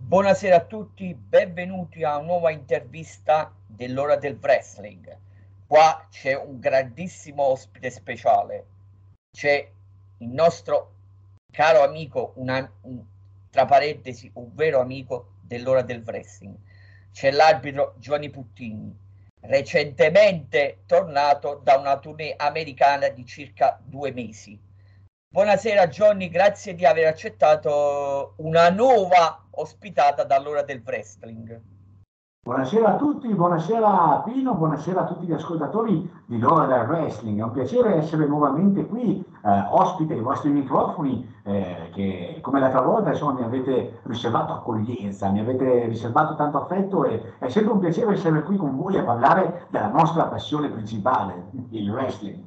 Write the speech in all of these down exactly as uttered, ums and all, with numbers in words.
Buonasera a tutti, benvenuti a una nuova intervista dell'Ora del Wrestling. Qua c'è un grandissimo ospite speciale, c'è il nostro caro amico, una, un, tra parentesi, un vero amico dell'Ora del Wrestling. C'è l'arbitro Giovanni Puttini, recentemente tornato da una tournée americana di circa due mesi. Buonasera Johnny, grazie di aver accettato una nuova ospitata dall'Ora del Wrestling. Buonasera a tutti, buonasera Pino, buonasera a tutti gli ascoltatori di L'Ora del Wrestling. È un piacere essere nuovamente qui, eh, ospite ai vostri microfoni, eh, che come l'altra volta insomma mi avete riservato accoglienza, mi avete riservato tanto affetto e è sempre un piacere essere qui con voi a parlare della nostra passione principale, il wrestling.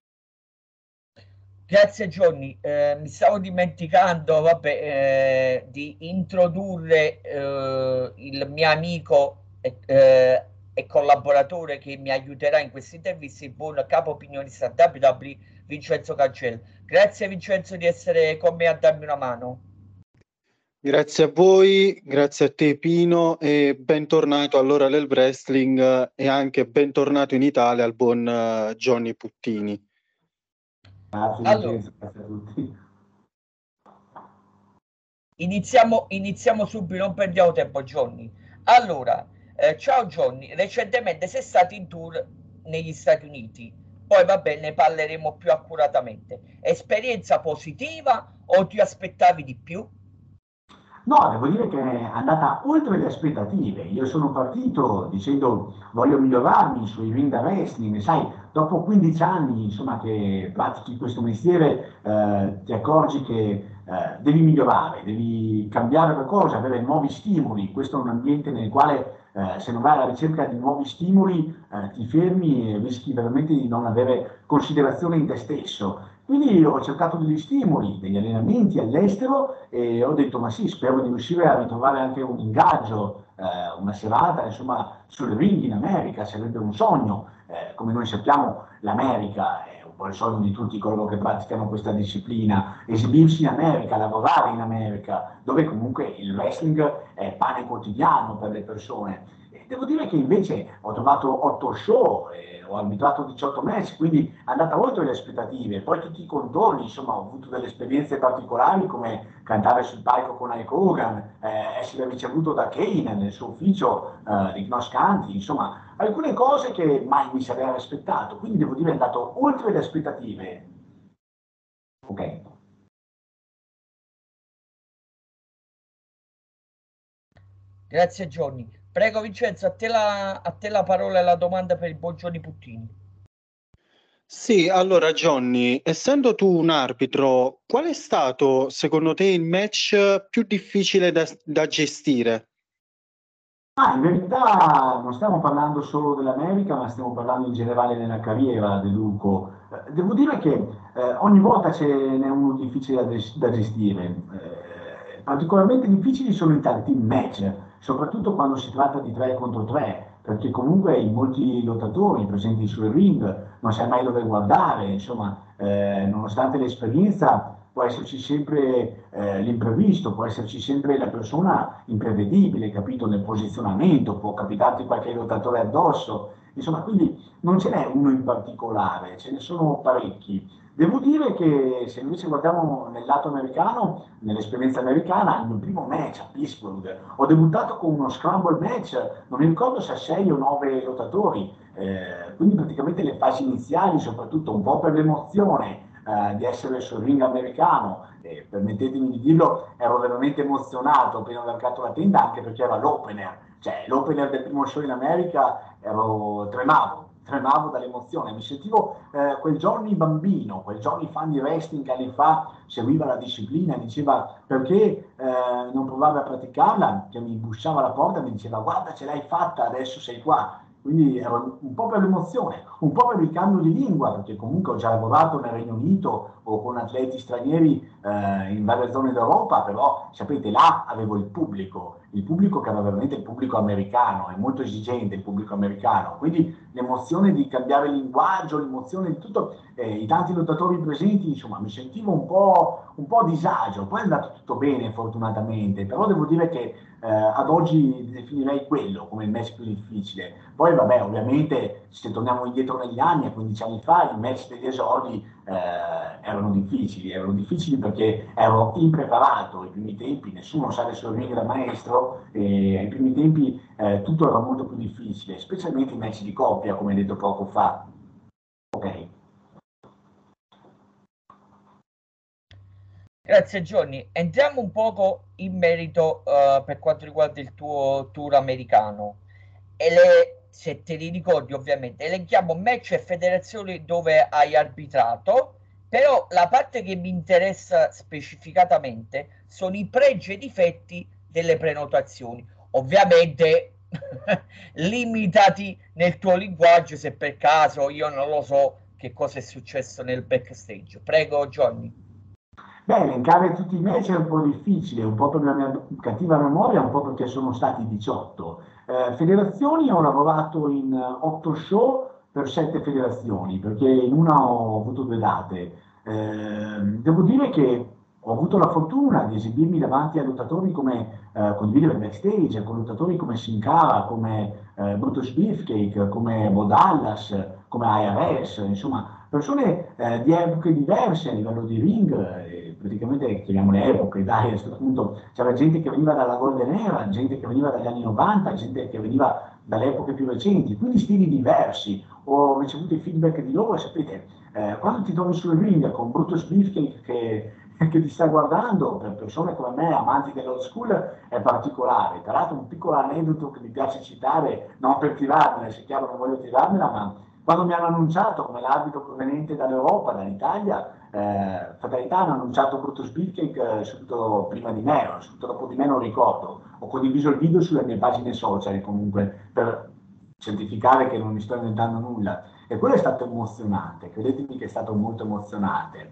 Grazie Johnny, eh, mi stavo dimenticando vabbè, eh, di introdurre eh, il mio amico e, eh, e collaboratore che mi aiuterà in questa intervista, il buon capo opinionista W W E Vincenzo Cancello. Grazie Vincenzo di essere con me a darmi una mano. Grazie a voi, grazie a te Pino e bentornato all'Ora del Wrestling e anche bentornato in Italia al buon uh, Johnny Puttini. Grazie, allora, Vincenzo, grazie a tutti. Iniziamo, iniziamo subito, non perdiamo tempo Johnny. Allora, eh, ciao Johnny, recentemente sei stato in tour negli Stati Uniti, poi vabbè ne parleremo più accuratamente. Esperienza positiva o ti aspettavi di più? No, devo dire che è andata oltre le aspettative. Io sono partito dicendo voglio migliorarmi sui ring da wrestling, sai, dopo quindici anni insomma, che pratichi questo mestiere, eh, ti accorgi che eh, devi migliorare, devi cambiare qualcosa, avere nuovi stimoli. Questo è un ambiente nel quale eh, se non vai alla ricerca di nuovi stimoli eh, ti fermi e rischi veramente di non avere considerazione in te stesso. Quindi ho cercato degli stimoli, degli allenamenti all'estero e ho detto ma sì, spero di riuscire a ritrovare anche un ingaggio, eh, una serata insomma sul ring in America, sarebbe un sogno. Eh, come noi sappiamo l'America è un po' il sogno di tutti coloro che praticano questa disciplina, esibirsi in America, lavorare in America, dove comunque il wrestling è pane quotidiano per le persone. E devo dire che invece ho trovato otto show, eh, ho arbitrato diciotto match, quindi è andata oltre le aspettative. Poi tutti i contorni, insomma, ho avuto delle esperienze particolari come cantare sul palco con Hulk Hogan, eh, essere ricevuto da Kane nel suo ufficio eh, di Knox County, insomma, alcune cose che mai mi sarei aspettato. Quindi devo dire è andato oltre le aspettative. Ok. Grazie Johnny. Prego Vincenzo, a te la, a te la parola e la domanda per il buon Johnny Puttini. Sì, allora Johnny, essendo tu un arbitro, qual è stato secondo te il match più difficile da, da gestire? Ah, in verità non stiamo parlando solo dell'America, ma stiamo parlando in generale nella carriera di Luco. Eh, devo dire che eh, ogni volta ce n'è uno difficile da, ges- da gestire. Eh, particolarmente difficili sono i tag team match, soprattutto quando si tratta di tre contro tre, perché comunque in molti lottatori presenti sul ring non sai mai dove guardare, insomma, eh, nonostante l'esperienza può esserci sempre eh, l'imprevisto, può esserci sempre la persona imprevedibile, capito, nel posizionamento, può capitarti qualche lottatore addosso, insomma, quindi non ce n'è uno in particolare, ce ne sono parecchi. Devo dire che se invece guardiamo nel lato americano, nell'esperienza americana, il mio primo match a Pittsburgh, ho debuttato con uno scramble match, non mi ricordo se a sei o nove lottatori, eh, quindi praticamente le fasi iniziali, soprattutto un po' per l'emozione, eh, di essere sul ring americano, e permettetemi di dirlo, ero veramente emozionato appena ho varcato la tenda, anche perché era l'opener, cioè l'opener del primo show in America, ero tremavo, tremavo dall'emozione, mi sentivo eh, quel Johnny bambino, quel Johnny fan di wrestling che anni fa seguiva la disciplina, diceva perché eh, non provavi a praticarla, che mi bussava alla porta e mi diceva guarda ce l'hai fatta, adesso sei qua. Quindi ero un po' per l'emozione, un po' per il cambio di lingua, perché comunque ho già lavorato nel Regno Unito o con atleti stranieri eh, in varie zone d'Europa, però sapete, là avevo il pubblico, il pubblico che era veramente il pubblico americano, è molto esigente il pubblico americano, quindi l'emozione di cambiare linguaggio, l'emozione di tutto, eh, i tanti lottatori presenti, insomma, mi sentivo un po', un po' a disagio, poi è andato tutto bene fortunatamente, però devo dire che eh, ad oggi definirei quello come il match più difficile. Poi vabbè, ovviamente se torniamo indietro negli anni, a quindici anni fa, i match degli esordi eh, erano difficili, erano difficili perché ero impreparato ai primi tempi, nessuno sale sul ring da maestro e ai primi tempi eh, tutto era molto più difficile, specialmente i match di coppia, come detto poco fa. Ok. Grazie Johnny. Entriamo un poco in merito uh, per quanto riguarda il tuo tour americano. E le, se te li ricordi ovviamente, elenchiamo match e federazioni dove hai arbitrato, però la parte che mi interessa specificatamente sono i pregi e difetti delle prenotazioni. Ovviamente limitati nel tuo linguaggio, se per caso io non lo so che cosa è successo nel backstage. Prego Johnny. Beh, elencare tutti i match è un po' difficile, un po' per la mia cattiva memoria, un po' perché sono stati diciotto. Eh, federazioni ho lavorato in otto show per sette federazioni, perché in una ho avuto due date. Eh, devo dire che ho avuto la fortuna di esibirmi davanti a lottatori come, eh, condividere il backstage, con lottatori come Sin Cara, come eh, Brutus Beefcake, come Bo Dallas, come I R S, insomma, persone eh, di epoche diverse a livello di ring, eh, praticamente chiamiamole epoche, dai, a questo punto c'era gente che veniva dalla Golden Era, gente che veniva dagli anni novanta, gente che veniva dalle epoche più recenti, quindi stili diversi. Ho ricevuto i feedback di loro e sapete, eh, quando ti trovi sul ring con Brutus Beefcake che, che ti sta guardando, per persone come me, amanti dell'old school, è particolare. Tra l'altro un piccolo aneddoto che mi piace citare, non per tirarmela, se chiaro non voglio tirarmela, ma quando mi hanno annunciato come l'arbitro proveniente dall'Europa, dall'Italia, eh, Fatalità hanno annunciato Brutus Beefcake eh, subito prima di me, o subito dopo di me non ricordo. Ho condiviso il video sulle mie pagine social comunque per certificare che non mi sto inventando nulla. E quello è stato emozionante, credetemi che è stato molto emozionante.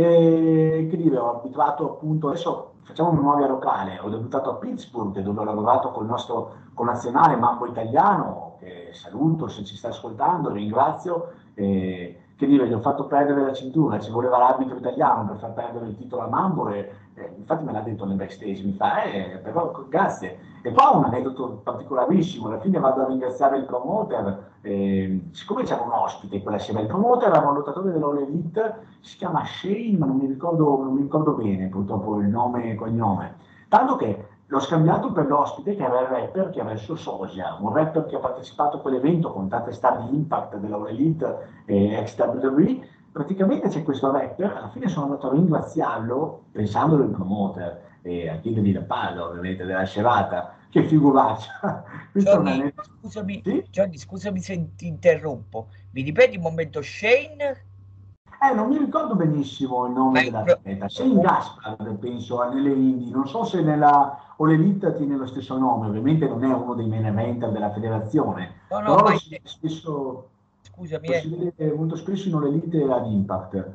E che dire, ho abituato appunto, adesso facciamo memoria locale, ho debuttato a Pittsburgh dove ho lavorato col nostro connazionale Mambo Italiano, che saluto se ci sta ascoltando, ringrazio, eh, che dire, gli ho fatto perdere la cintura, ci voleva l'arbitro italiano per far perdere il titolo a Mambo e eh, infatti me l'ha detto nel backstage, mi fa, eh, però grazie. E poi un aneddoto particolarissimo, alla fine vado a ringraziare il promoter, eh, siccome c'era un ospite quella sera, il promoter era un lottatore dell'All Elite, si chiama Shane, ma non mi ricordo, non mi ricordo bene purtroppo il nome e cognome, tanto che l'ho scambiato per l'ospite che era il rapper, che era il suo sosia, un rapper che ha partecipato a quell'evento con tante star di Impact dell'All Elite e ex W W E. Praticamente c'è questo rapper, alla fine sono andato a ringraziarlo pensandolo il promoter e a chiedergli la palla ovviamente della serata. Che figuraccia! Questo è un Johnny, aneddoto. scusami, Sì? Johnny, scusami se ti interrompo. Mi ripeti un momento Shane? Eh, non mi ricordo benissimo il Ma nome è un, pro- dell'atleta. Shane Gaspard, penso, nelle Indie. Non so se nella All Elite tiene lo stesso nome, ovviamente non è uno dei main eventer della federazione, no, no, però ma lo è- si vede spesso, scusami, lo eh. si vede molto spesso in All Elite ad Impact.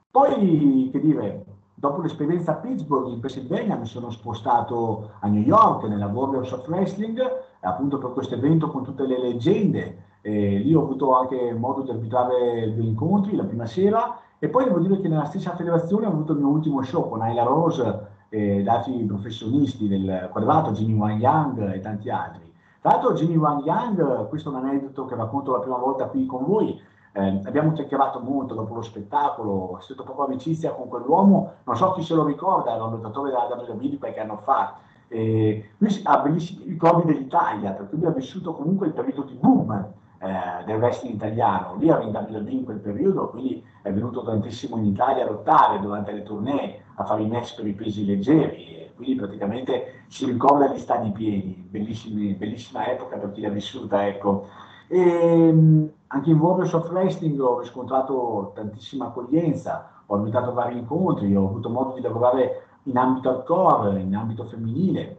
Poi, che dire, dopo l'esperienza a Pittsburgh, in Pennsylvania, mi sono spostato a New York, nella Warriors of Wrestling, appunto per questo evento con tutte le leggende. E lì ho avuto anche modo di arbitrare due incontri la prima sera e poi devo dire che nella stessa federazione ho avuto il mio ultimo show con Ayla Rose e altri professionisti del quadrato, Jimmy Wang Yang e tanti altri. Tra l'altro Jimmy Wang Yang, questo è un aneddoto che racconto la prima volta qui con voi, eh, abbiamo chiacchierato molto dopo lo spettacolo, ho stretto proprio amicizia con quell'uomo, non so chi se lo ricorda, era un lottatore della W W E di qualche anno fa. E lui ha bellissimi ricordi dell'Italia, perché lui ha vissuto comunque il periodo di boom eh, del wrestling italiano. Lui era in W W E in quel periodo, quindi è venuto tantissimo in Italia a lottare durante le tournée, a fare i match per i pesi leggeri, e quindi praticamente si ricorda gli stadi pieni, bellissima epoca per chi l'ha vissuta, ecco. E, anche in Warriors of Wrestling ho riscontrato tantissima accoglienza, ho invitato vari incontri, ho avuto modo di lavorare in ambito hardcore, in ambito femminile.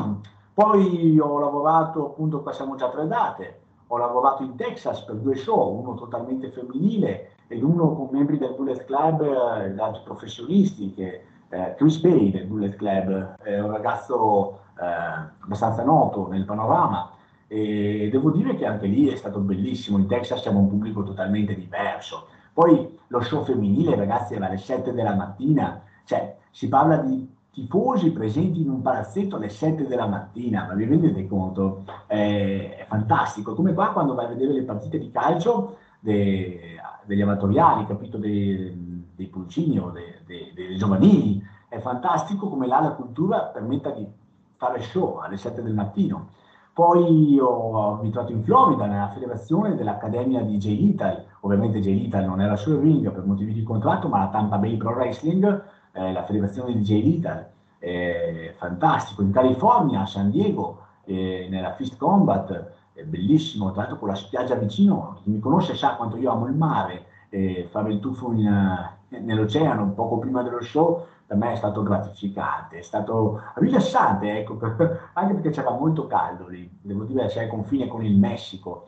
Poi ho lavorato, appunto, qua siamo già a tre date, ho lavorato in Texas per due show, uno totalmente femminile ed uno con membri del Bullet Club e eh, altri professionisti, che eh, Chris Bay del Bullet Club è un ragazzo eh, abbastanza noto nel panorama e devo dire che anche lì è stato bellissimo, in Texas siamo un pubblico totalmente diverso. Poi lo show femminile, ragazzi, era alle sette della mattina, cioè si parla di tifosi presenti in un palazzetto alle sette della mattina, ma vi rendete conto? Eh, è fantastico, come qua quando vai a vedere le partite di calcio de, degli amatoriali, capito, dei, dei pulcini o dei, dei, dei giovanili, è fantastico come là la cultura permetta di fare show alle sette del mattino. Poi ho, mi trovato in Florida nella federazione dell'Accademia di J-Lethal, ovviamente J-Lethal non era sul ring per motivi di contratto, ma la Tampa Bay Pro Wrestling, eh, la federazione di J-Lethal, eh, fantastico, in California, a San Diego, eh, nella Fist Combat, è bellissimo, tra l'altro con la spiaggia vicino, chi mi conosce sa quanto io amo il mare, eh, fare il tuffo in, uh, nell'oceano poco prima dello show per me è stato gratificante, è stato rilassante, ecco, anche perché c'era molto caldo lì, devo dire c'è il confine con il Messico.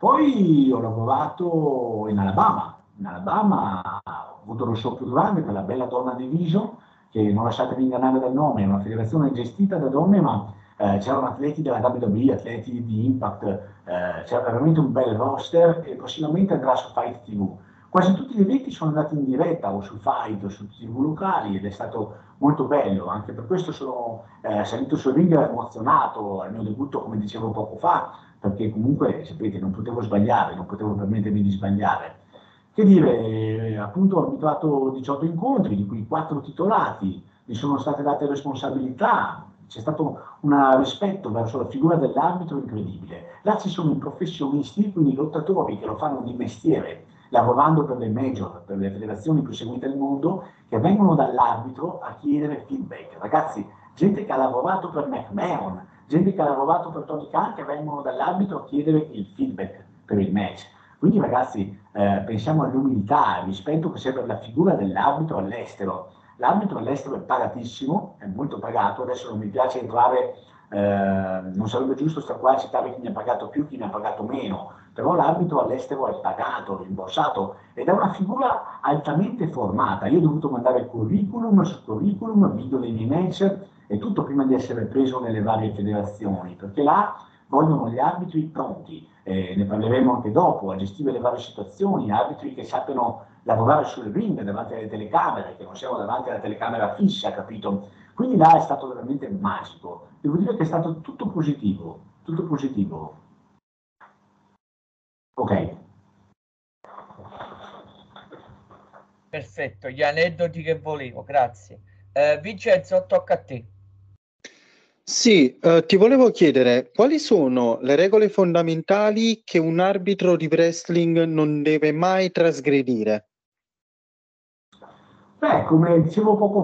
Poi ho lavorato in Alabama, in Alabama ho avuto lo show più grande per la Bella Donna Division, che non lasciatevi ingannare dal nome, è una federazione gestita da donne, ma eh, c'erano atleti della W W E, atleti di Impact, eh, c'era veramente un bel roster e prossimamente andrà su Fight tivù. Quasi tutti gli eventi sono andati in diretta o su Fight o su tivù locali ed è stato molto bello, anche per questo sono eh, salito sul ring emozionato al mio debutto, come dicevo poco fa, perché comunque, sapete, non potevo sbagliare, non potevo permettermi di sbagliare. Che dire, eh, appunto ho abituato diciotto incontri, di cui quattro titolati, mi sono state date responsabilità, c'è stato un rispetto verso la figura dell'arbitro incredibile. Là ci sono i professionisti, quindi i lottatori che lo fanno di mestiere, lavorando per le major, per le federazioni più seguite al mondo, che vengono dall'arbitro a chiedere feedback. Ragazzi, gente che ha lavorato per McMahon, gente che ha lavorato per Tony Khan, che vengono dall'arbitro a chiedere il feedback per il match. Quindi ragazzi, eh, pensiamo all'umiltà, al rispetto che c'è per la figura dell'arbitro all'estero. L'arbitro all'estero è pagatissimo, è molto pagato, adesso non mi piace entrare, eh, non sarebbe giusto stare qua a citare chi mi ha pagato più, chi mi ha pagato meno, però l'arbitro all'estero è pagato, rimborsato ed è una figura altamente formata. Io ho dovuto mandare curriculum su curriculum, video dei miei match e tutto prima di essere preso nelle varie federazioni, perché là vogliono gli arbitri pronti, eh, ne parleremo anche dopo, a gestire le varie situazioni, arbitri che sappiano lavorare sul ring davanti alle telecamere, che non siamo davanti alla telecamera fissa, capito? Quindi là è stato veramente magico. Devo dire che è stato tutto positivo, tutto positivo. Ok. Perfetto, gli aneddoti che volevo, grazie. Eh, Vincenzo, tocca a te. Sì, eh, ti volevo chiedere quali sono le regole fondamentali che un arbitro di wrestling non deve mai trasgredire? Beh, come dicevo poco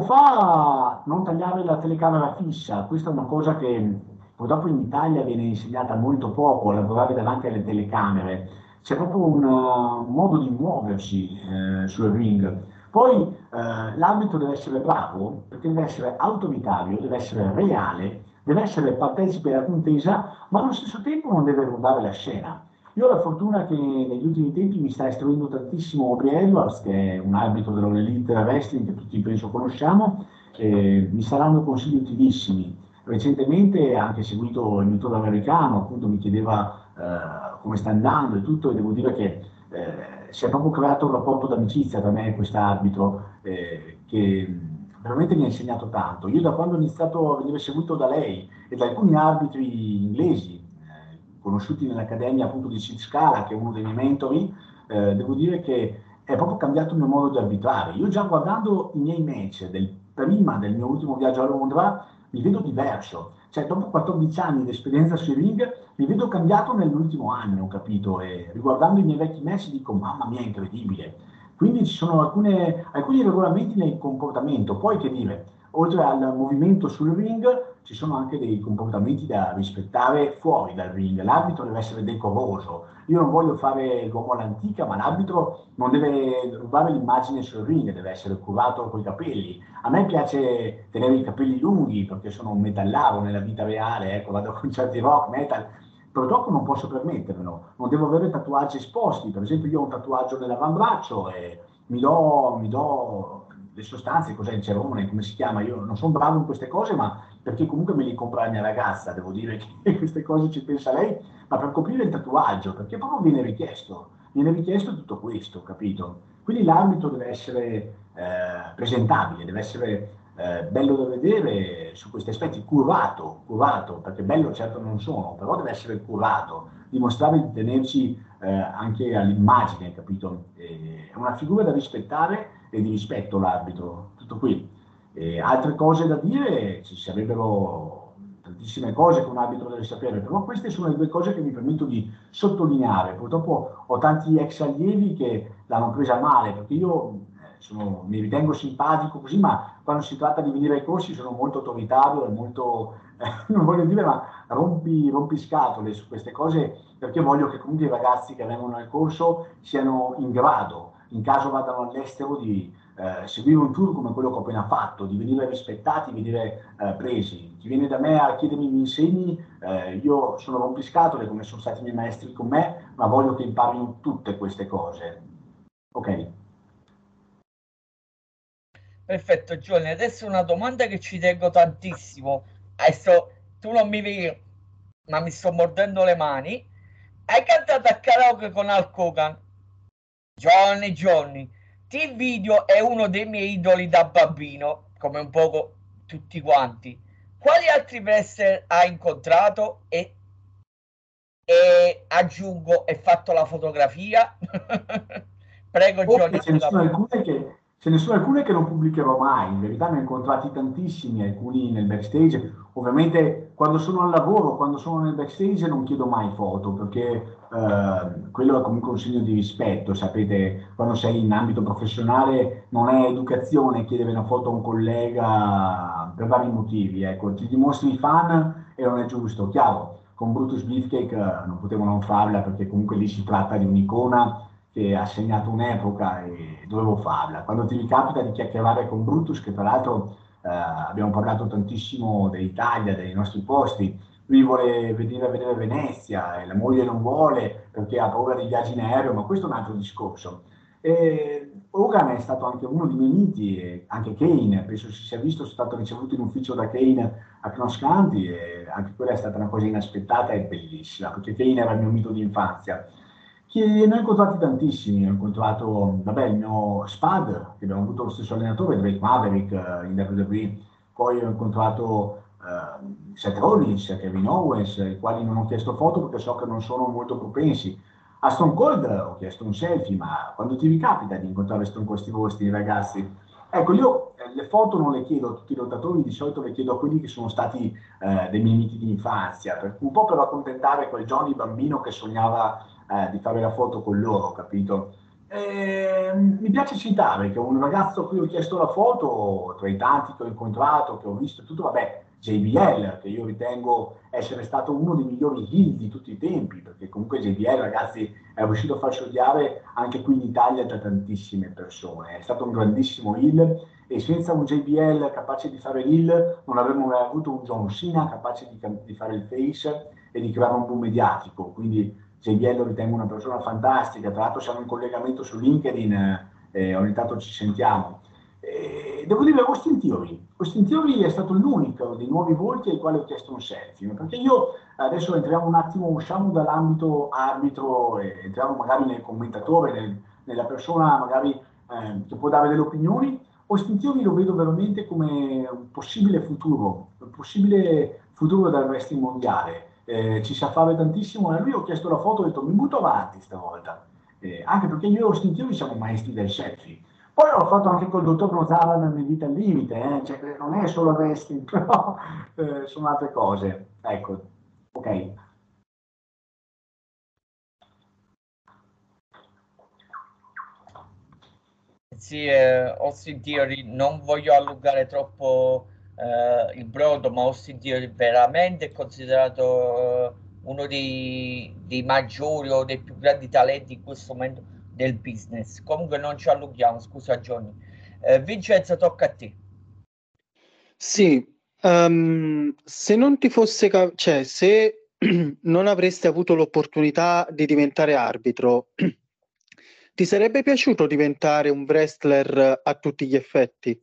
fa, non tagliare la telecamera fissa, questa è una cosa che purtroppo in Italia viene insegnata molto poco, lavorare davanti alle telecamere. C'è proprio un uh, modo di muoversi eh, sul ring. Poi eh, l'arbitro deve essere bravo, perché deve essere autoritario, deve essere reale, deve essere partecipe alla contesa, ma allo stesso tempo non deve rubare la scena. Io ho la fortuna che negli ultimi tempi mi sta istruendo tantissimo Aubrey Edwards, che è un arbitro dell'Elite Wrestling che tutti penso conosciamo, e mi saranno consigli utilissimi. Recentemente ha anche seguito il metodo americano, appunto mi chiedeva eh, come sta andando e tutto, e devo dire che eh, si è proprio creato un rapporto d'amicizia tra me e quest'arbitro eh, che veramente mi ha insegnato tanto. Io da quando ho iniziato a venire seguito da lei e da alcuni arbitri inglesi, conosciuti nell'Accademia appunto di Sid Scala, che è uno dei miei mentori, eh, devo dire che è proprio cambiato il mio modo di arbitrare. Io già guardando i miei match del, prima del mio ultimo viaggio a Londra, mi vedo diverso. Cioè, dopo quattordici anni di esperienza sui ring, mi vedo cambiato nell'ultimo anno, capito? E riguardando i miei vecchi match dico, mamma mia, incredibile. Quindi ci sono alcune, alcuni regolamenti nel comportamento. Poi, che dire, oltre al movimento sul ring, ci sono anche dei comportamenti da rispettare fuori dal ring. L'arbitro deve essere decoroso. Io non voglio fare l'uomo all'antica, ma l'arbitro non deve rubare l'immagine sul ring, deve essere curato coi capelli. A me piace tenere i capelli lunghi perché sono un metallaro nella vita reale, ecco, vado a concerti rock, metal. Purtroppo non posso permettermelo, non devo avere tatuaggi esposti. Per esempio io ho un tatuaggio nell'avambraccio e mi do, mi do le sostanze, cos'è il cerone, come si chiama? Io non sono bravo in queste cose, ma perché comunque me li compra la mia ragazza, devo dire che queste cose ci pensa lei, ma per coprire il tatuaggio, perché proprio viene richiesto, viene richiesto tutto questo, capito? Quindi l'arbitro deve essere eh, presentabile, deve essere eh, bello da vedere su questi aspetti, curato, curato, perché bello certo non sono, però deve essere curato, dimostrare di tenerci eh, anche all'immagine, capito? Eh, è una figura da rispettare e di rispetto l'arbitro, tutto qui. Eh, altre cose da dire, ci sarebbero tantissime cose che un arbitro deve sapere, però queste sono le due cose che mi permetto di sottolineare. Purtroppo ho tanti ex allievi che l'hanno presa male, perché io eh, sono, mi ritengo simpatico così, ma quando si tratta di venire ai corsi sono molto autoritario e molto, eh, non voglio dire, ma rompi, rompiscatole su queste cose, perché voglio che comunque i ragazzi che vengono al corso siano in grado, in caso vadano all'estero, di eh, seguire un tour come quello che ho appena fatto, di venire rispettati, venire eh, presi. Chi viene da me a chiedermi mi insegni, eh, io sono rompiscatole come sono stati i miei maestri con me, ma voglio che imparino tutte queste cose. Ok. Perfetto, Giovanni. Adesso una domanda che ci tengo tantissimo. Adesso tu non mi vedi, ma mi sto mordendo le mani. Hai cantato a karaoke con Hulk Hogan? Johnny Johnny. T-Video è uno dei miei idoli da bambino, come un poco tutti quanti. Quali altri wrestler hai incontrato? E, e aggiungo, hai fatto la fotografia? Prego, Johnny. Ok, ce ne sono alcune che, ce ne sono alcune che non pubblicherò mai, in verità ne ho incontrati tantissimi, alcuni nel backstage. Ovviamente quando sono al lavoro, quando sono nel backstage non chiedo mai foto, perché eh, quello è comunque un segno di rispetto, sapete, quando sei in ambito professionale non è educazione chiedere una foto a un collega per vari motivi, ecco, ti dimostri fan e non è giusto, chiaro, con Brutus Beefcake eh, non potevo non farla perché comunque lì si tratta di un'icona che ha segnato un'epoca e dovevo farla. Quando ti ricapita di chiacchierare con Brutus, che tra l'altro eh, abbiamo parlato tantissimo dell'Italia, dei nostri posti, lui vuole venire a vedere Venezia e la moglie non vuole perché ha paura dei viaggi in aereo, ma questo è un altro discorso. E Hogan è stato anche uno dei miei miti, e anche Kane, penso si sia visto, sono stato ricevuto in ufficio da Kane a Cross County e anche quella è stata una cosa inaspettata e bellissima, perché Kane era il mio mito di infanzia. Che ne ho incontrati tantissimi, ho incontrato, vabbè, il mio Spud, che abbiamo avuto lo stesso allenatore, Drake Maverick eh, in W W E, poi ho incontrato eh, Seth Rollins, Kevin Owens, ai quali non ho chiesto foto perché so che non sono molto propensi. A Stone Cold ho chiesto un selfie, ma quando ti ricapita di incontrare Stone Cold Steve Austin, ragazzi, ecco, io eh, le foto non le chiedo a tutti i lottatori, di solito le chiedo a quelli che sono stati eh, dei miei miti di infanzia, per, un po' per accontentare quel Johnny bambino che sognava eh, di fare la foto con loro, capito? E, mi piace citare che un ragazzo a cui ho chiesto la foto, tra i tanti che ho incontrato, che ho visto, tutto, vabbè, J B L, che io ritengo essere stato uno dei migliori heel di tutti i tempi, perché comunque J B L, ragazzi, è riuscito a farci odiare anche qui in Italia da tantissime persone. È stato un grandissimo heel e senza un J B L capace di fare heel non avremmo mai avuto un John Cena capace di, di fare il face e di creare un boom mediatico. Quindi J B L lo ritengo una persona fantastica, tra l'altro siamo in collegamento su LinkedIn, eh, ogni tanto ci sentiamo. Eh, devo dire Austin Theory. Austin Theory è stato l'unico dei nuovi volti ai quali ho chiesto un selfie, perché io adesso entriamo un attimo, usciamo dall'ambito arbitro e entriamo magari nel commentatore, nel, nella persona magari eh, che può dare delle opinioni. Austin Theory lo vedo veramente come un possibile futuro, un possibile futuro del wrestling mondiale. Eh, ci sa fare tantissimo e a lui ho chiesto la foto e ho detto mi butto avanti stavolta, eh, anche perché io e Austin Theory siamo maestri del selfie. Poi l'ho fatto anche col dottor Nozavan nel Vita al Limite, eh? Cioè, non è solo wrestling, però eh, sono altre cose. Ecco, ok. Sì, eh, Austin Theory, non voglio allungare troppo eh, il brodo, ma Austin Theory veramente è considerato eh, uno dei, dei maggiori o dei più grandi talenti in questo momento del business. Comunque non ci allunghiamo, scusa Johnny. Eh, Vincenzo, tocca a te. Sì, um, se non ti fosse, ca- cioè se non avresti avuto l'opportunità di diventare arbitro, ti sarebbe piaciuto diventare un wrestler a tutti gli effetti?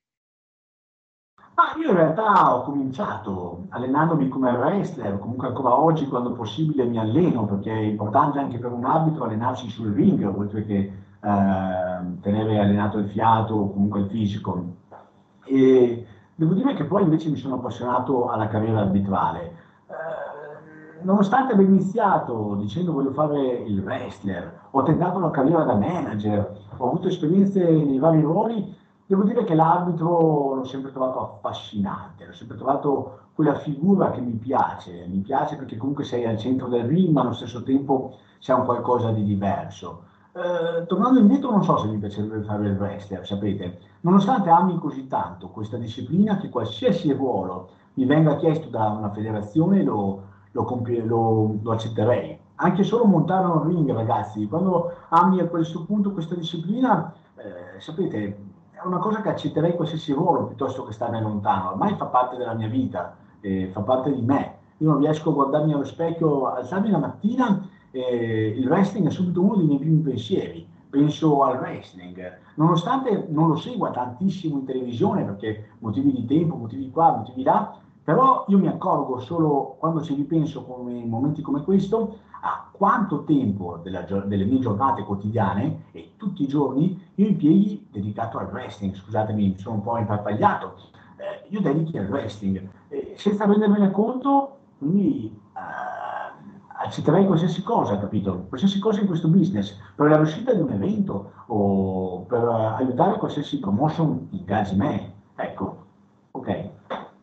Ma io in realtà ho cominciato allenandomi come wrestler, comunque ancora oggi quando possibile mi alleno, perché è importante anche per un arbitro allenarsi sul ring, oltre che eh, tenere allenato il fiato o comunque il fisico. E devo dire che poi invece mi sono appassionato alla carriera arbitrale. Eh, nonostante abbia iniziato dicendo voglio fare il wrestler, ho tentato la carriera da manager, ho avuto esperienze nei vari ruoli, devo dire che l'arbitro l'ho sempre trovato affascinante, l'ho sempre trovato quella figura che mi piace, mi piace perché comunque sei al centro del ring, ma allo stesso tempo c'è un qualcosa di diverso. Eh, tornando indietro, non so se mi piacerebbe fare il wrestler, sapete, nonostante ami così tanto questa disciplina che qualsiasi ruolo mi venga chiesto da una federazione lo, lo, compie- lo- lo accetterei. Anche solo montare un ring, ragazzi, quando ami a questo punto questa disciplina, eh, sapete, è una cosa che accetterei qualsiasi ruolo piuttosto che starne lontano. Ormai fa parte della mia vita, eh, fa parte di me. Io non riesco a guardarmi allo specchio, alzarmi la mattina, eh, il wrestling è subito uno dei miei primi pensieri. Penso al wrestling, nonostante non lo segua tantissimo in televisione perché motivi di tempo, motivi qua, motivi là, però io mi accorgo solo quando ci ripenso come, in momenti come questo a quanto tempo della, delle mie giornate quotidiane e tutti i giorni io impieghi dedicato al wrestling. Scusatemi, mi sono un po' impapagliato. Eh, io dedichi al wrestling eh, senza rendermene conto, quindi eh, accetterei qualsiasi cosa, capito? Qualsiasi cosa in questo business per la riuscita di un evento o per aiutare qualsiasi promotion ingaggi me. Ecco, ok.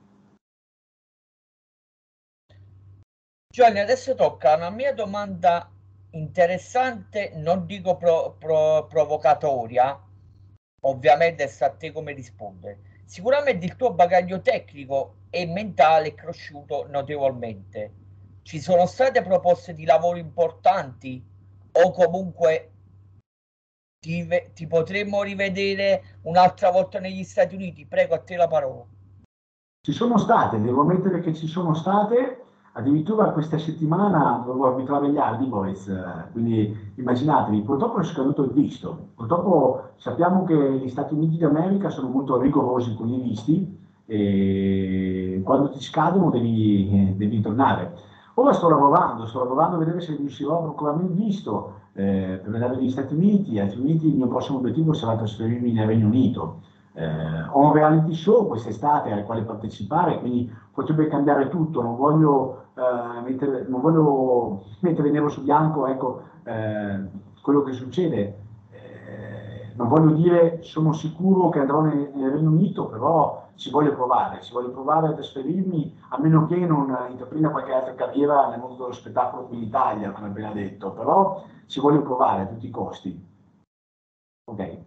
Giovanni, adesso tocca una mia domanda interessante, non dico pro- pro- provocatoria, ovviamente sta a te come rispondere. Sicuramente il tuo bagaglio tecnico e mentale è cresciuto notevolmente. Ci sono state proposte di lavoro importanti o comunque ti, ve- ti potremmo rivedere un'altra volta negli Stati Uniti? Prego, a te la parola. Ci sono state, devo ammettere che ci sono state, addirittura questa settimana dovevo arbitrare gli Hardy Boys, eh, quindi immaginatevi, purtroppo è scaduto il visto, purtroppo sappiamo che gli Stati Uniti d'America sono molto rigorosi con i visti e quando ti scadono devi, eh, devi tornare. Ora sto lavorando, sto lavorando a vedere se riuscirò a procurarmi il visto eh, per andare negli Stati Uniti, altrimenti il mio prossimo obiettivo sarà trasferirmi nel Regno Unito. Eh, ho un reality show quest'estate al quale partecipare, quindi potrebbe cambiare tutto. Non voglio, eh, mettere, non voglio mettere nero su bianco, ecco, eh, quello che succede. Eh, non voglio dire sono sicuro che andrò nel, nel Regno Unito, però ci voglio provare, ci voglio provare a trasferirmi, a meno che non intraprenda qualche altra carriera nel mondo dello spettacolo qui in Italia, come appena detto, però ci voglio provare a tutti i costi. Ok.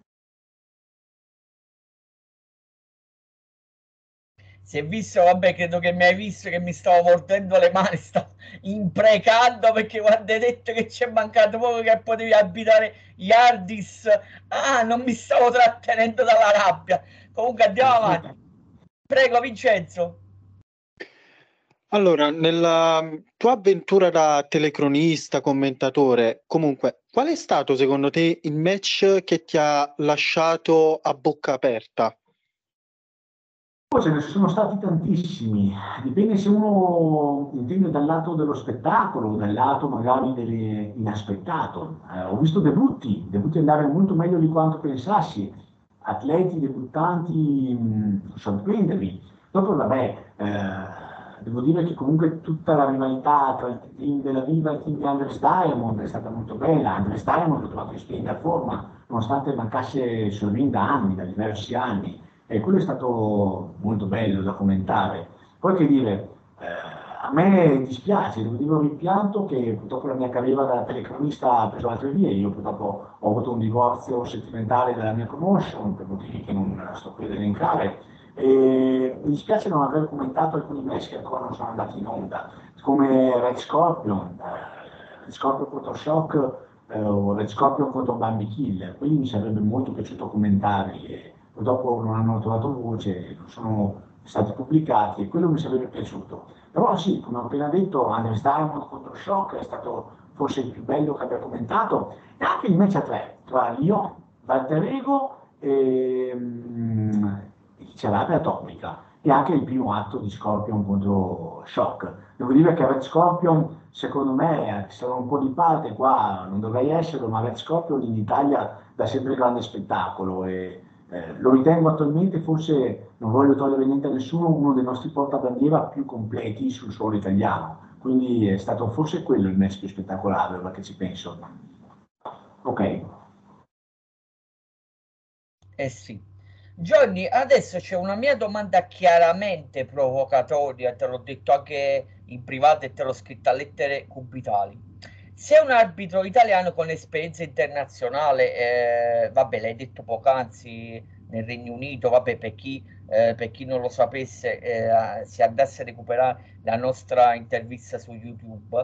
Si è visto, vabbè, credo che mi hai visto che mi stavo mordendo le mani, stavo imprecando perché quando hai detto che ci è mancato poco che potevi abitare gli Ardis, ah, non mi stavo trattenendo dalla rabbia. Comunque andiamo avanti. Prego, Vincenzo. Allora, nella tua avventura da telecronista, commentatore, comunque, qual è stato secondo te il match che ti ha lasciato a bocca aperta? Poi ce ne sono stati tantissimi, dipende se uno intende dal lato dello spettacolo, dal lato magari dell'inaspettato. Eh, ho visto debutti, debutti andare molto meglio di quanto pensassi, atleti, debuttanti, mh, sorprenderli. Dopo, vabbè, eh, devo dire che comunque tutta la rivalità tra il team della Viva e il team di Andres Diamond è stata molto bella. Andres Diamond l'ho trovato in splendida forma, nonostante mancasse sul ring da anni, da diversi anni. E quello è stato molto bello da commentare. Poi che dire, eh, a me dispiace, devo dire un rimpianto che purtroppo la mia carriera da telecronista ha preso altre vie. Io purtroppo ho avuto un divorzio sentimentale dalla mia promotion, per motivi che non sto qui ad elencare. E mi dispiace non aver commentato alcuni match che ancora non sono andati in onda, come Red Scorpion, eh, Red Scorpion contro Shock eh, o Red Scorpion contro Bambi Kill. Quelli mi sarebbe molto piaciuto commentarli. E, purtroppo non hanno trovato voce, non sono stati pubblicati e quello mi sarebbe piaciuto. Però sì, come ho appena detto, Andres Diamond contro Shock è stato forse il più bello che abbia commentato, e anche il match a tre tra Lyon, Valterego e, mm, e chi c'era Atomica, e anche il primo atto di Scorpion contro Shock. Devo dire che Red Scorpion, secondo me, sono un po' di parte qua, non dovrei esserlo, ma Red Scorpion in Italia dà sempre grande spettacolo e eh, lo ritengo attualmente, forse non voglio togliere niente a nessuno, uno dei nostri portabandiera più completi sul suolo italiano, quindi è stato forse quello il match più spettacolare, ora che ci penso. Ok. Eh sì. Johnny, adesso c'è una mia domanda chiaramente provocatoria, te l'ho detto anche in privato e te l'ho scritta a lettere cubitali. Se un arbitro italiano con esperienza internazionale, eh, vabbè, l'hai detto poc'anzi nel Regno Unito, vabbè, per chi, eh, per chi non lo sapesse, eh, si andasse a recuperare la nostra intervista su YouTube,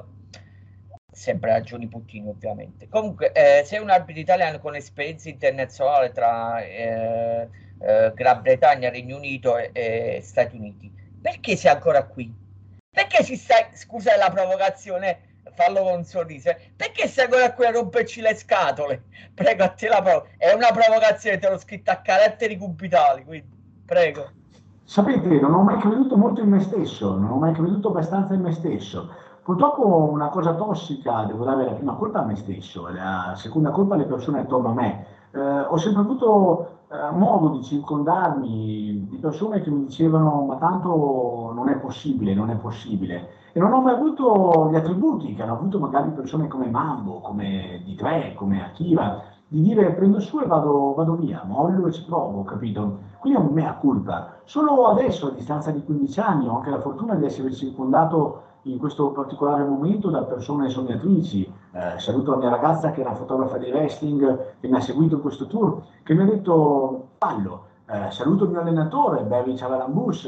sempre a Gianni Puttini ovviamente. Comunque, eh, sei un arbitro italiano con esperienza internazionale tra eh, eh, Gran Bretagna, Regno Unito e, e Stati Uniti. Perché sei ancora qui? Perché ci stai, scusa la provocazione, fallo con un sorriso, eh? Perché sei ancora qui a romperci le scatole? Prego, a te la provo. È una provocazione, te l'ho scritta a caratteri cubitali, quindi prego. Sapete, non ho mai creduto molto in me stesso, non ho mai creduto abbastanza in me stesso. Purtroppo una cosa tossica, devo dare la prima colpa a me stesso, e la seconda colpa alle persone attorno a me. Eh, ho sempre avuto eh, modo di circondarmi di persone che mi dicevano ma tanto non è possibile, non è possibile. E non ho mai avuto gli attributi che hanno avuto magari persone come Mambo, come Di Tre, come Akira, di dire prendo su e vado, vado via, mollo e ci provo, capito? Quindi è un mea culpa. Solo adesso, a distanza di quindici anni, ho anche la fortuna di essere circondato in questo particolare momento da persone sognatrici. Eh, saluto la mia ragazza che è una fotografa di wrestling che mi ha seguito in questo tour, che mi ha detto fallo. Eh, saluto il mio allenatore, Barry Chavalambus,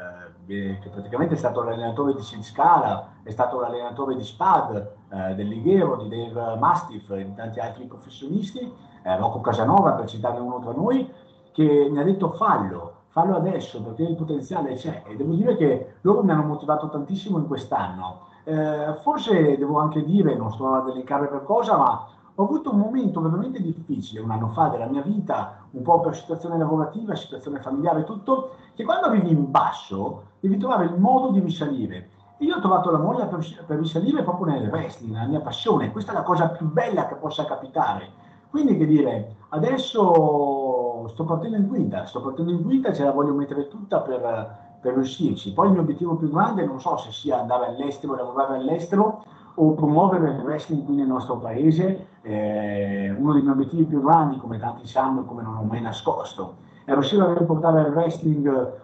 eh, che praticamente è stato l'allenatore di Sid Scala, è stato l'allenatore di Spad, eh, del Lighero, di Dave Mastiff e di tanti altri professionisti, eh, Rocco Casanova per citare uno tra noi, che mi ha detto fallo, fallo adesso perché il potenziale c'è, e devo dire che loro mi hanno motivato tantissimo in quest'anno. Eh, forse devo anche dire, non sto ad elencare per cosa, ma ho avuto un momento veramente difficile un anno fa della mia vita, un po' per situazione lavorativa, situazione familiare, tutto, che quando arrivi in basso devi trovare il modo di risalire. E io ho trovato la molla per, per risalire proprio nel wrestling, nella mia passione. Questa è la cosa più bella che possa capitare. Quindi, che dire, adesso sto partendo in guida, sto partendo in guida, ce la voglio mettere tutta per, per riuscirci. Poi il mio obiettivo più grande non so se sia andare all'estero, lavorare all'estero o promuovere il wrestling qui nel nostro paese. Eh, uno dei miei obiettivi più grandi, come tanti sanno, come non ho mai nascosto, è riuscire a riportare il wrestling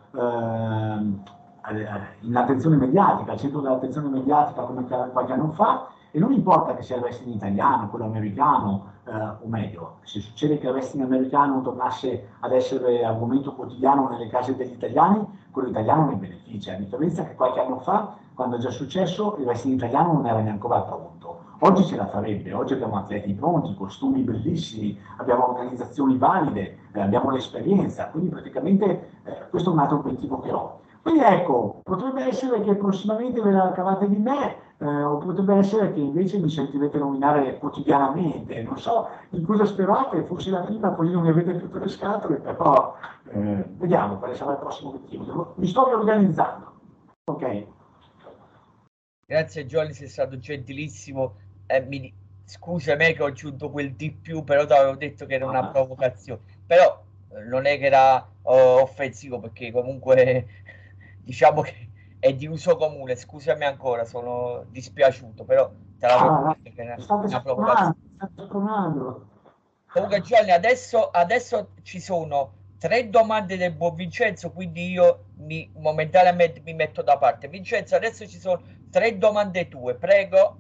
eh, in attenzione mediatica, al centro dell'attenzione mediatica come qualche anno fa, e non importa che sia il wrestling italiano, quello americano, eh, o meglio, se succede che il wrestling americano tornasse ad essere argomento quotidiano nelle case degli italiani, quello italiano ne beneficia, a differenza che qualche anno fa, quando è già successo, il wrestling italiano non era neanche ancora pronto. Oggi ce la farebbe, oggi abbiamo atleti pronti, costumi bellissimi, abbiamo organizzazioni valide, eh, abbiamo l'esperienza, quindi praticamente eh, questo è un altro obiettivo che ho. Quindi ecco, potrebbe essere che prossimamente ve la cavate di me, eh, o potrebbe essere che invece mi sentirete nominare quotidianamente. Non so in cosa sperate, forse la prima, così non mi avete tutte le scatole, però eh, vediamo quale sarà il prossimo obiettivo. Mi sto riorganizzando. Ok. Grazie Jolly, sei stato gentilissimo. Eh, mi... Scusa me che ho aggiunto quel di più, però ti avevo detto che era una provocazione. Però eh, non è che era oh, offensivo, perché comunque diciamo che è di uso comune. Scusami ancora, sono dispiaciuto, però te l'avevo Ah, detto che era state una provocazione. spronando, state spronando. Comunque Gianni, adesso, adesso ci sono tre domande del buon Vincenzo, quindi io mi, momentaneamente mi metto da parte. Vincenzo, adesso ci sono tre domande tue, prego.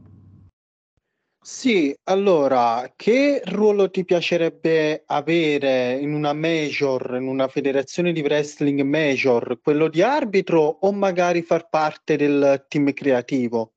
Sì, allora, che ruolo ti piacerebbe avere in una major, in una federazione di wrestling major? Quello di arbitro o magari far parte del team creativo?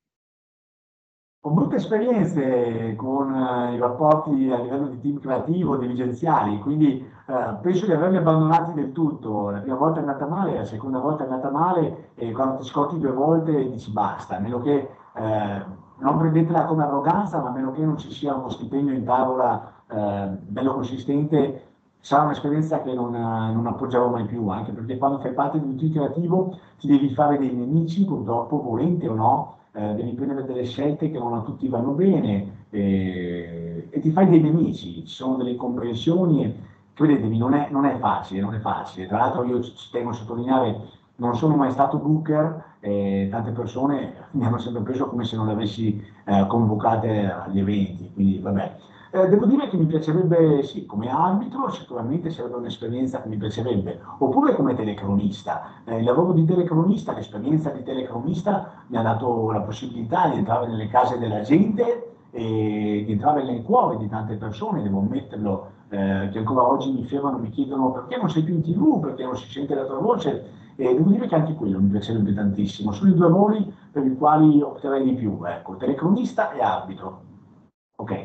Ho brutte esperienze con eh, i rapporti a livello di team creativo, dirigenziali, quindi eh, penso di averli abbandonati del tutto. La prima volta è andata male, la seconda volta è andata male, e quando ti scotti due volte dici basta, a meno che eh, non prendetela come arroganza, ma a meno che non ci sia uno stipendio in tavola eh, bello consistente, sarà un'esperienza che non, eh, non appoggerò mai più, anche perché quando fai parte di un team creativo ti devi fare dei nemici, purtroppo, volente o no, eh, devi prendere delle scelte che non a tutti vanno bene, eh, e ti fai dei nemici, ci sono delle incomprensioni, credetevi, non è, non è facile, non è facile. Tra l'altro io ci tengo a sottolineare, non sono mai stato booker e tante persone mi hanno sempre preso come se non le avessi eh, convocate agli eventi, quindi vabbè. Eh, devo dire che mi piacerebbe, sì, come arbitro sicuramente sarebbe un'esperienza che mi piacerebbe, oppure come telecronista. Eh, il lavoro di telecronista, l'esperienza di telecronista mi ha dato la possibilità di entrare nelle case della gente e di entrare nel cuore di tante persone, devo ammetterlo, eh, che ancora oggi mi fermano, mi chiedono perché non sei più in tivù, perché non si sente la tua voce, e devo dire che anche quello mi piacerebbe tantissimo. Sono i due ruoli per i quali opterei di più, ecco, telecronista e arbitro. Ok.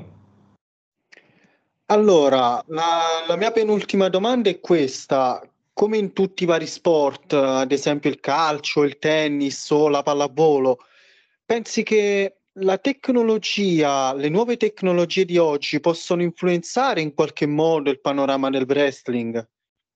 Allora, la, la mia penultima domanda è questa. Come in tutti i vari sport, ad esempio il calcio, il tennis o la pallavolo, pensi che la tecnologia, le nuove tecnologie di oggi possono influenzare in qualche modo il panorama del wrestling?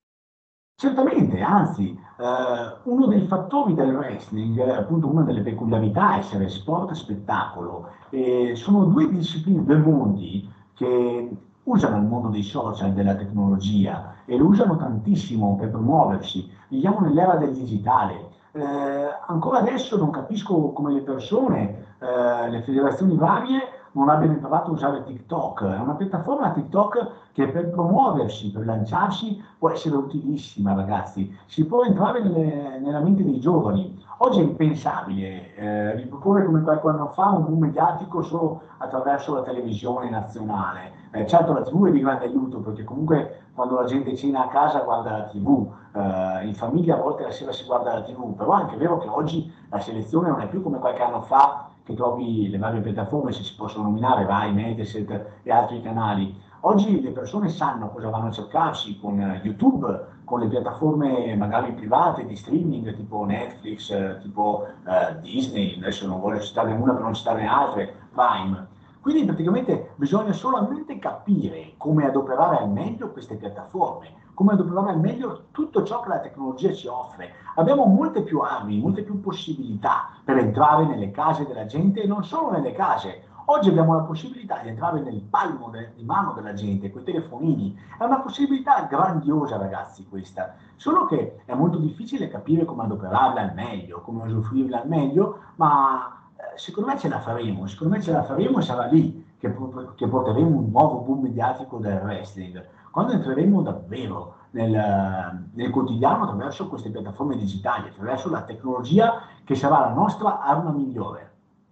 Certamente, anzi, eh, uno dei fattori del wrestling, eh, appunto una delle peculiarità è essere sport e spettacolo, e sono due discipline, due mondi che usano il mondo dei social, della tecnologia e lo usano tantissimo per promuoversi. Viviamo nell'era del digitale. Eh, ancora adesso non capisco come le persone, eh, le federazioni varie non abbiano imparato a usare TikTok. È una piattaforma TikTok che per promuoversi, per lanciarsi, può essere utilissima, ragazzi. Si può entrare nelle- nella mente dei giovani. Oggi è impensabile eh, riproporre come qualche anno fa un boom mediatico solo attraverso la televisione nazionale. Eh, certo la tivù è di grande aiuto perché comunque quando la gente cena a casa guarda la tivù, eh, in famiglia a volte la sera si guarda la tivù, però è anche vero che oggi la selezione non è più come qualche anno fa che trovi le varie piattaforme, se si possono nominare, Rai, Mediaset e altri canali. Oggi le persone sanno cosa vanno a cercarsi con YouTube, con le piattaforme magari private di streaming tipo Netflix, eh, tipo eh, Disney, adesso non voglio citarne una per non citarne altre, Prime. Quindi praticamente bisogna solamente capire come adoperare al meglio queste piattaforme, come adoperare al meglio tutto ciò che la tecnologia ci offre. Abbiamo molte più armi, molte più possibilità per entrare nelle case della gente e non solo nelle case. Oggi abbiamo la possibilità di entrare nel palmo de- di mano della gente, con i telefonini. È una possibilità grandiosa, ragazzi, questa. Solo che è molto difficile capire come adoperarla al meglio, come usufruirla al meglio, ma eh, secondo me ce la faremo. Secondo me ce la faremo e sarà lì che, po- che porteremo un nuovo boom mediatico del wrestling. Quando entreremo davvero nel, nel quotidiano attraverso queste piattaforme digitali, attraverso la tecnologia che sarà la nostra arma migliore.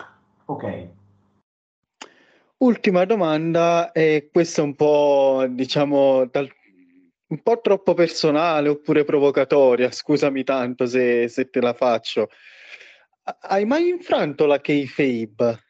Ok. Ultima domanda, e questa è un po', diciamo, dal- un po' troppo personale oppure provocatoria, scusami tanto se, se te la faccio. Ha- Hai mai infranto la kayfabe?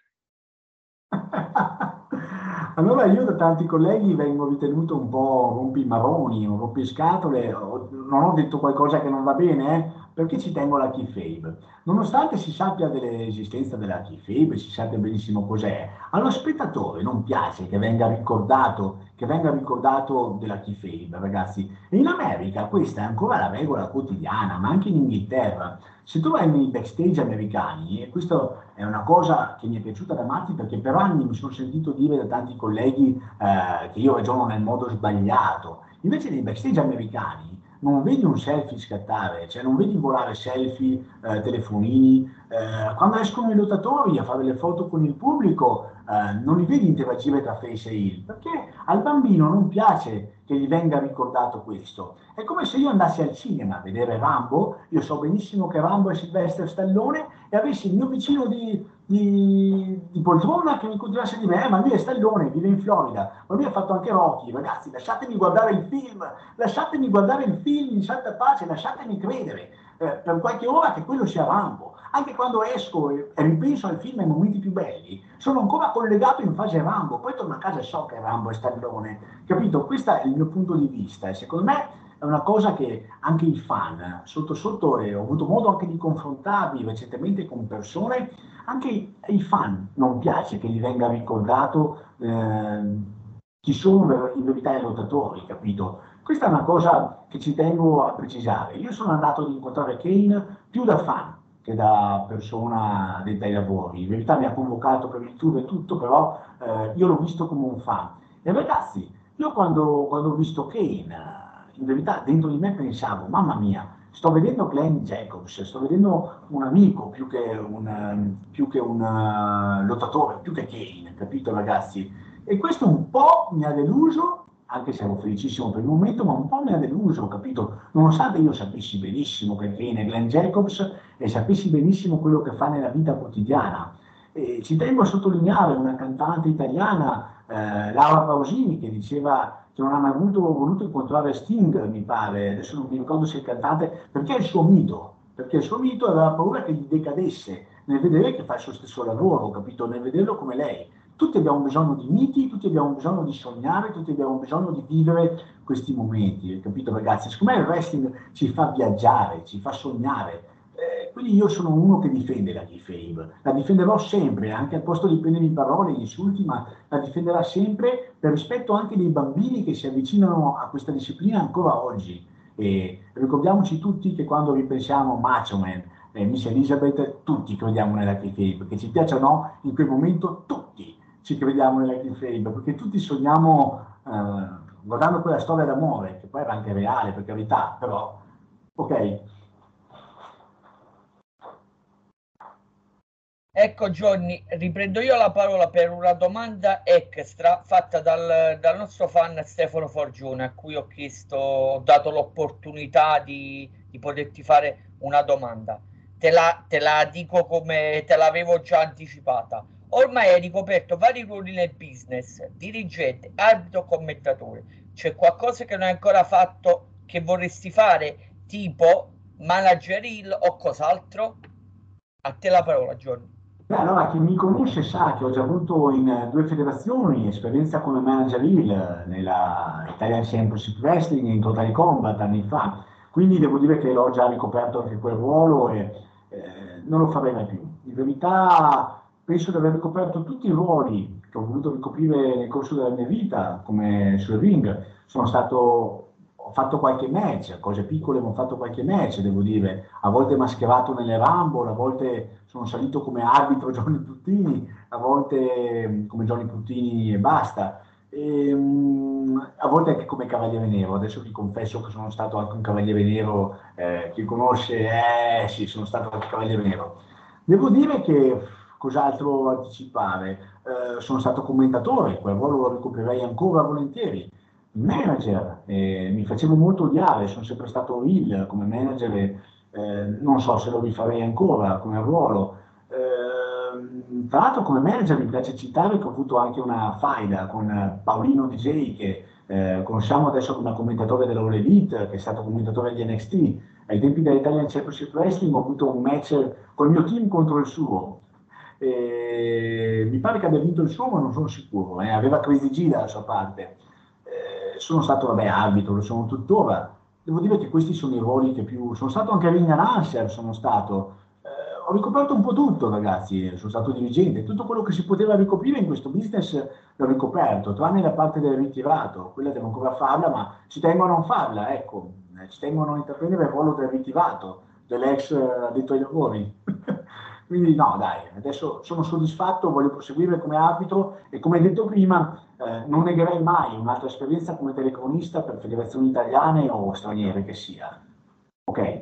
Allora io da tanti colleghi vengo ritenuto un po' rompimaroni, un rompiscatole, ho- non ho detto qualcosa che non va bene, eh, perché ci tengo la kayfabe. Nonostante si sappia dell'esistenza della kayfabe, si sappia benissimo cos'è, allo spettatore non piace che venga ricordato, che venga ricordato della kayfabe, ragazzi. E in America questa è ancora la regola quotidiana, ma anche in Inghilterra. Se tu vai nei backstage americani, e questo è una cosa che mi è piaciuta da matti perché per anni mi sono sentito dire da tanti colleghi eh, che io ragiono nel modo sbagliato. Invece nei backstage americani non vedi un selfie scattare, cioè non vedi volare selfie, eh, telefonini. Eh, quando escono i lottatori a fare le foto con il pubblico, eh, non li vedi interagire tra face e heel, perché al bambino non piace che gli venga ricordato questo. È come se io andassi al cinema a vedere Rambo, io so benissimo che Rambo è Sylvester Stallone, e avessi il mio vicino di, di, di poltrona che mi continuasse a dire, eh, ma lui è Stallone, vive in Florida, ma lui ha fatto anche Rocky, ragazzi, lasciatemi guardare il film, lasciatemi guardare il film in santa pace, lasciatemi credere eh, per qualche ora che quello sia Rambo. Anche quando esco e, e ripenso al film ai momenti più belli, sono ancora collegato in fase Rambo, poi torno a casa e so che Rambo è Stallone, capito? Questo è il mio punto di vista e secondo me è una cosa che anche i fan, sotto sotto, e ho avuto modo anche di confrontarmi recentemente con persone, anche ai fan non piace che gli venga ricordato eh, chi sono in verità i lottatori, capito? Questa è una cosa che ci tengo a precisare. Io sono andato ad incontrare Kane più da fan che da persona dei bei lavori. In verità mi ha convocato per il tour e tutto, però eh, io l'ho visto come un fan. E ragazzi, Io quando, quando ho visto Kane, in verità dentro di me pensavo, mamma mia, sto vedendo Glenn Jacobs, sto vedendo un amico più che un, ehm, più che un eh, lottatore, più che Kane, capito ragazzi? E questo un po' mi ha deluso, anche se ero felicissimo per il momento, ma un po' mi ha deluso, capito? Nonostante io sapessi benissimo che Kane è Glenn Jacobs e sapessi benissimo quello che fa nella vita quotidiana. E ci tengo a sottolineare una cantante italiana, eh, Laura Pausini, che diceva che non ha mai avuto, voluto incontrare Sting, mi pare, adesso non mi ricordo se è il cantante, perché è il suo mito, perché il suo mito aveva paura che gli decadesse nel vedere che fa il suo stesso lavoro, capito? Nel vederlo come lei. Tutti abbiamo bisogno di miti, tutti abbiamo bisogno di sognare, tutti abbiamo bisogno di vivere questi momenti, capito ragazzi? Secondo me il wrestling ci fa viaggiare, ci fa sognare. Eh, quindi io sono uno che difende la kayfabe, la difenderò sempre, anche al posto di prendermi parole, gli insulti, ma la difenderà sempre per rispetto anche dei bambini che si avvicinano a questa disciplina ancora oggi. E ricordiamoci tutti che quando ripensiamo Macho Man, eh, Miss Elizabeth, tutti crediamo nella kayfabe, che ci piaccia o no, in quel momento tutti ci crediamo nella kayfabe, perché tutti sogniamo, eh, guardando quella storia d'amore, che poi era anche reale, per carità, però, ok. Ecco Johnny, riprendo io la parola per una domanda extra fatta dal, dal nostro fan Stefano Forgione, a cui ho chiesto, ho dato l'opportunità di, di poterti fare una domanda. Te la, te la dico come te l'avevo già anticipata. Ormai hai ricoperto vari ruoli nel business, dirigente, arbitro, commentatore. C'è qualcosa che non hai ancora fatto che vorresti fare, tipo managerial o cos'altro? A te la parola, Johnny. Beh, allora, chi mi conosce sa che ho già avuto in eh, due federazioni esperienza come manager heel eh, nella Italian Championship Wrestling e in Total Combat anni fa, quindi devo dire che l'ho già ricoperto anche quel ruolo e eh, non lo farei mai più. In verità penso di aver ricoperto tutti i ruoli che ho voluto ricoprire nel corso della mia vita, come sul ring. Sono stato, ho fatto qualche match, cose piccole, ma ho fatto qualche match, devo dire, a volte mascherato nelle Rumble, a volte sono salito come arbitro Johnny Puttini, a volte mh, come Johnny Puttini e basta, e, mh, a volte anche come Cavaliere Nero. Adesso vi confesso che sono stato anche un Cavaliere Nero, eh, chi conosce, eh sì, sono stato anche Cavaliere Nero. Devo dire che cos'altro anticipare? Eh, sono stato commentatore, quel ruolo lo ricoprirei ancora volentieri. Manager, eh, mi facevo molto odiare, sono sempre stato heel come manager e eh, non so se lo rifarei ancora come ruolo. Eh, tra l'altro come manager mi piace citare che ho avuto anche una faida con Paolino D J che eh, conosciamo adesso come commentatore dell'All Elite, che è stato commentatore di N X T. Ai tempi dell'Italian Championship Wrestling ho avuto un match col mio team contro il suo. E mi pare che abbia vinto il suo, ma non sono sicuro. Eh. Aveva Crazy G dalla sua parte. Eh, sono stato, vabbè, arbitro, lo sono tuttora. Devo dire che questi sono i ruoli che più... Sono stato anche ring announcer, sono stato... eh, ho ricoperto un po' tutto, ragazzi, sono stato dirigente. Tutto quello che si poteva ricoprire in questo business l'ho ricoperto, tranne la parte del ritirato. Quella devo ancora farla, ma ci tengo a non farla, ecco. Eh, Ci tengo a non intraprendere il ruolo del ritirato, dell'ex eh, addetto ai lavori. Quindi no, dai, adesso sono soddisfatto, voglio proseguire come arbitro e come detto prima, eh, non negherei mai un'altra esperienza come telecronista per federazioni italiane o straniere che sia. Ok?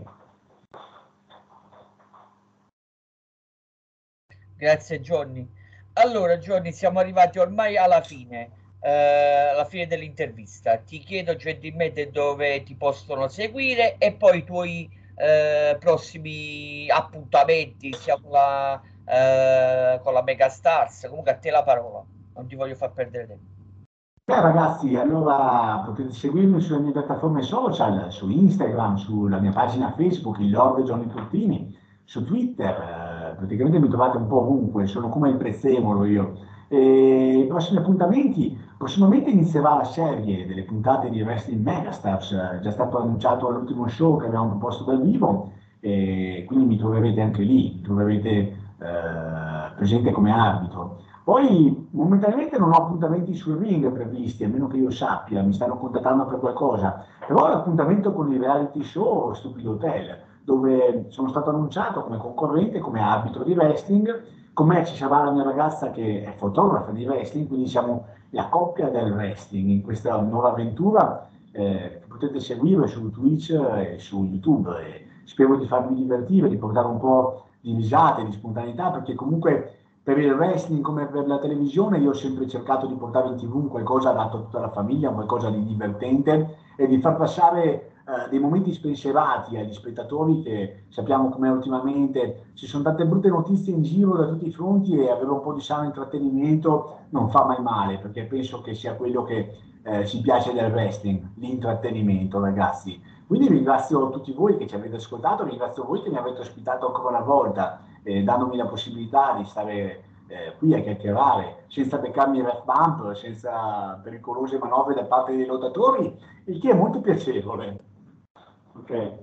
Grazie Johnny. Allora Johnny, siamo arrivati ormai alla fine, eh, alla fine dell'intervista. Ti chiedo gentilmente dove ti possono seguire e poi i tuoi eh, prossimi appuntamenti, sia con la, eh, con la Megastars. Comunque a te la parola, non ti voglio far perdere tempo. Beh, ragazzi, allora potete seguirmi sulle mie piattaforme social, su Instagram, sulla mia pagina Facebook, il Lord Johnny Turtini, su Twitter, eh, praticamente mi trovate un po' ovunque, sono come il prezzemolo io. E i prossimi appuntamenti, prossimamente inizierà la serie delle puntate di Wrestling Megastars, è già stato annunciato all'ultimo show che abbiamo proposto dal vivo, e quindi mi troverete anche lì, mi troverete eh, presente come arbitro. Poi momentaneamente non ho appuntamenti sul ring previsti, a meno che io sappia, mi stanno contattando per qualcosa, però ho l'appuntamento con il reality show Stupido Hotel, dove sono stato annunciato come concorrente, come arbitro di wrestling, con me ci sarà la mia ragazza che è fotografa di wrestling, quindi siamo la coppia del wrestling, in questa nuova avventura eh, che potete seguire su Twitch e su YouTube. E spero di farvi divertire, di portare un po' di risate, di spontaneità, perché comunque per il wrestling come per la televisione io ho sempre cercato di portare in tivù qualcosa adatto a tutta la famiglia, qualcosa di divertente e di far passare eh, dei momenti spensierati agli spettatori, che sappiamo come ultimamente ci sono tante brutte notizie in giro da tutti i fronti, e avere un po' di sano intrattenimento non fa mai male, perché penso che sia quello che eh, ci piace del wrestling, l'intrattenimento, ragazzi. Quindi ringrazio tutti voi che ci avete ascoltato, ringrazio voi che mi avete ospitato ancora una volta, eh, dandomi la possibilità di stare eh, qui a chiacchierare, senza beccarmi il ref bump, senza pericolose manovre da parte dei lottatori, il che è molto piacevole. Ok.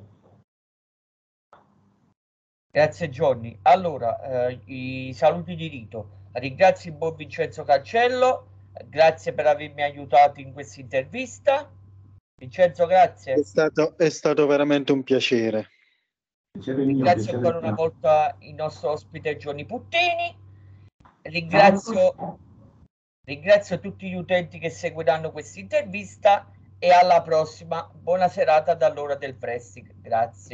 Grazie Johnny. Allora, eh, i saluti di rito. Ringrazio il buon Vincenzo Cancello, grazie per avermi aiutato in questa intervista. Vincenzo, grazie. È stato, è stato veramente un piacere. Piacere mio, Ringrazio piacere ancora una mio. volta il nostro ospite Johnny Puttini. Ringrazio, ringrazio tutti gli utenti che seguiranno questa intervista e alla prossima. Buona serata dall'ora del wrestling. Grazie.